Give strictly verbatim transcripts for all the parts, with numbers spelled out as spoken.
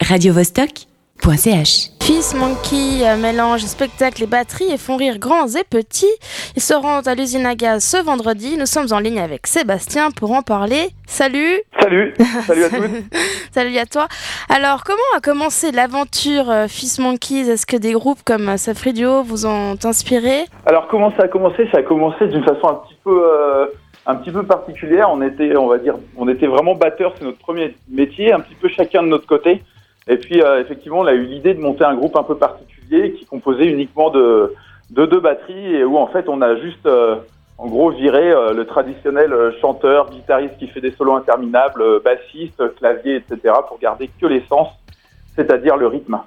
radio vostok point c h. Fils Monkey euh, mélange spectacle et batterie et font rire grands et petits. Ils se rendent à l'usine à gaz ce vendredi. Nous sommes en ligne avec Sébastien pour en parler. Salut. Salut. Salut à tous. Salut à toi. Alors, comment a commencé l'aventure euh, Fils Monkeys? Est-ce que des groupes comme euh, Safridio vous ont inspiré? Alors, comment ça a commencé? Ça a commencé d'une façon un petit peu, euh, un petit peu particulière. On était, on va dire, on était vraiment batteurs. C'est notre premier métier, un petit peu chacun de notre côté. Et puis, euh, effectivement, on a eu l'idée de monter un groupe un peu particulier qui composait uniquement de, de deux batteries et où, en fait, on a juste, euh, en gros, viré euh, le traditionnel euh, chanteur, guitariste qui fait des solos interminables, euh, bassiste, clavier, et cetera pour garder que l'essence, c'est-à-dire le rythme.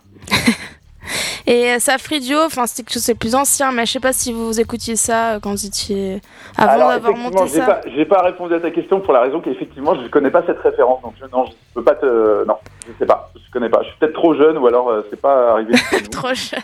Et Safridio, enfin, c'est quelque chose de plus ancien, mais je sais pas si vous écoutiez ça quand vous étiez avant Alors, d'avoir monté j'ai ça. Pas, j'ai pas répondu à ta question pour la raison qu'effectivement, je ne connais pas cette référence, donc je, non, je peux pas te, non, je sais pas, je connais pas. Je suis peut-être trop jeune ou alors euh, c'est pas arrivé. Trop jeune.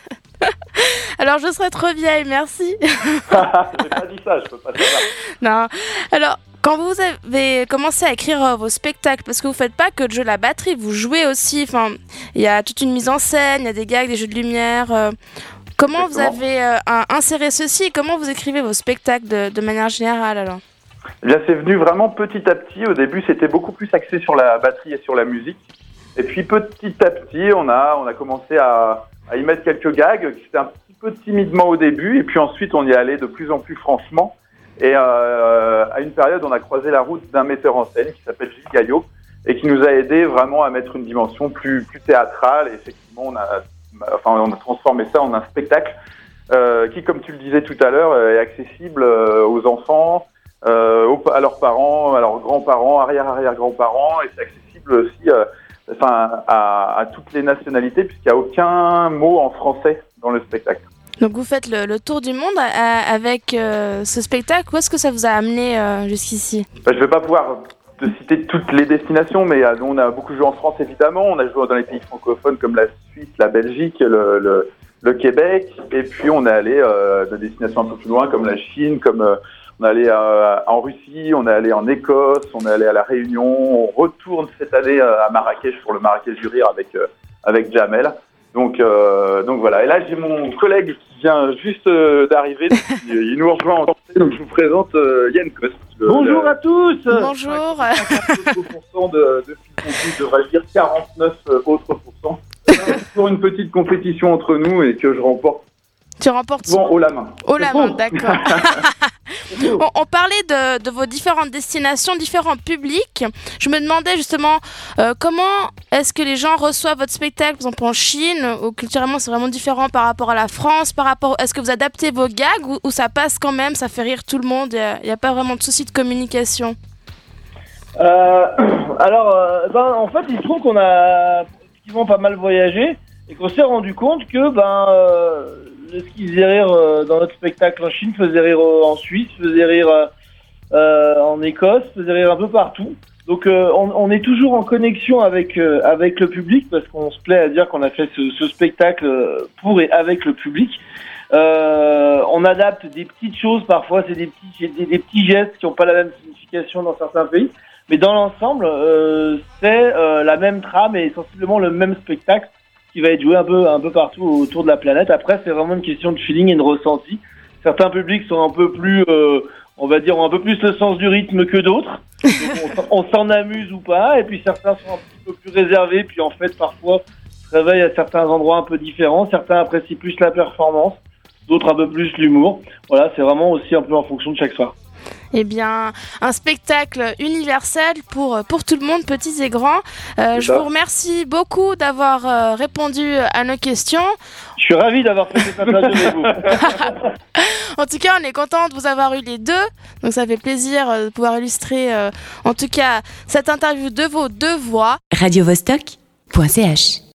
Alors, je serais trop vieille, merci. J'ai pas dit ça, je peux pas dire ça. Non. Alors, quand vous avez commencé à écrire euh, vos spectacles, parce que vous faites pas que de jouer la batterie, vous jouez aussi, enfin, il y a toute une mise en scène, il y a des gags, des jeux de lumière. Euh, comment Exactement. vous avez euh, inséré ceci et comment vous écrivez vos spectacles de, de manière générale alors? Eh bien, c'est venu vraiment petit à petit. Au début, c'était beaucoup plus axé sur la batterie et sur la musique. Et puis, petit à petit, on a, on a commencé à, à y mettre quelques gags, qui étaient un petit peu timidement au début. Et puis ensuite, on y allait de plus en plus franchement. Et euh, à une période, on a croisé la route d'un metteur en scène qui s'appelle Gilles Gaillot et qui nous a aidé vraiment à mettre une dimension plus, plus théâtrale. Et effectivement, on a, enfin, on a transformé ça en un spectacle euh, qui, comme tu le disais tout à l'heure, est accessible aux enfants, euh, aux, à leurs parents, à leurs grands-parents, arrière-arrière-grands-parents. Et c'est accessible aussi euh, enfin, à, à toutes les nationalités puisqu'il n'y a aucun mot en français dans le spectacle. Donc vous faites le, le tour du monde à, avec euh, ce spectacle. Où est-ce que ça vous a amené euh, jusqu'ici? bah, Je ne vais pas pouvoir te citer toutes les destinations, mais euh, on a beaucoup joué en France évidemment. On a joué dans les pays francophones comme la Suisse, la Belgique, le, le, le Québec. Et puis on est allé euh, de destinations un peu plus loin comme la Chine, comme euh, on est allé euh, en Russie, on est allé en Écosse, on est allé à La Réunion. On retourne cette année euh, à Marrakech pour le Marrakech du Rire avec, euh, avec Jamel. Donc, euh, donc voilà. Et là, j'ai mon collègue qui vient juste euh, d'arriver. Il nous rejoint en français. Donc, je vous présente euh, Yann Coste. Le, Bonjour le, à tous. Bonjour. cinquante-deux pour cent de, de filles, je devrais dire quarante-neuf autres pourcents. Pour une petite compétition entre nous et que je remporte Tu remportes souvent haut la main. haut la main, bon. d'accord. on, on parlait de, de vos différentes destinations, différents publics. Je me demandais justement euh, comment est-ce que les gens reçoivent votre spectacle, par exemple en Chine, où culturellement c'est vraiment différent par rapport à la France, par rapport, est-ce que vous adaptez vos gags ou, ou ça passe quand même, ça fait rire tout le monde, il n'y a, a pas vraiment de souci de communication? Euh, alors, euh, ben, en fait, il se trouve qu'on a effectivement pas mal voyagé et qu'on s'est rendu compte que ben, euh, ce qui faisait rire euh, dans notre spectacle en Chine faisait rire euh, en Suisse, faisait rire euh, euh, en Écosse, faisait rire un peu partout. Donc, euh, on, on est toujours en connexion avec euh, avec le public parce qu'on se plaît à dire qu'on a fait ce, ce spectacle pour et avec le public. Euh, on adapte des petites choses parfois, c'est des petits des, des petits gestes qui n'ont pas la même signification dans certains pays. Mais dans l'ensemble, euh, c'est euh, la même trame et sensiblement le même spectacle qui va être joué un peu, un peu partout autour de la planète. Après, c'est vraiment une question de feeling et de ressenti. Certains publics sont un peu plus, euh, on va dire, ont un peu plus le sens du rythme que d'autres. Donc on, on s'en amuse ou pas. Et puis certains sont un petit peu plus réservés. Puis en fait, parfois, se réveillent à certains endroits un peu différents. Certains apprécient plus la performance, d'autres un peu plus l'humour. Voilà, c'est vraiment aussi un peu en fonction de chaque soir. Eh bien, un spectacle universel pour, pour tout le monde, petits et grands. Euh, je vous remercie beaucoup d'avoir euh, répondu à nos questions. Je suis ravi d'avoir fait cette interview avec vous. En tout cas, on est content de vous avoir eu les deux. Donc, ça fait plaisir de pouvoir illustrer, euh, en tout cas, cette interview de vos deux voix. radio vostok point c h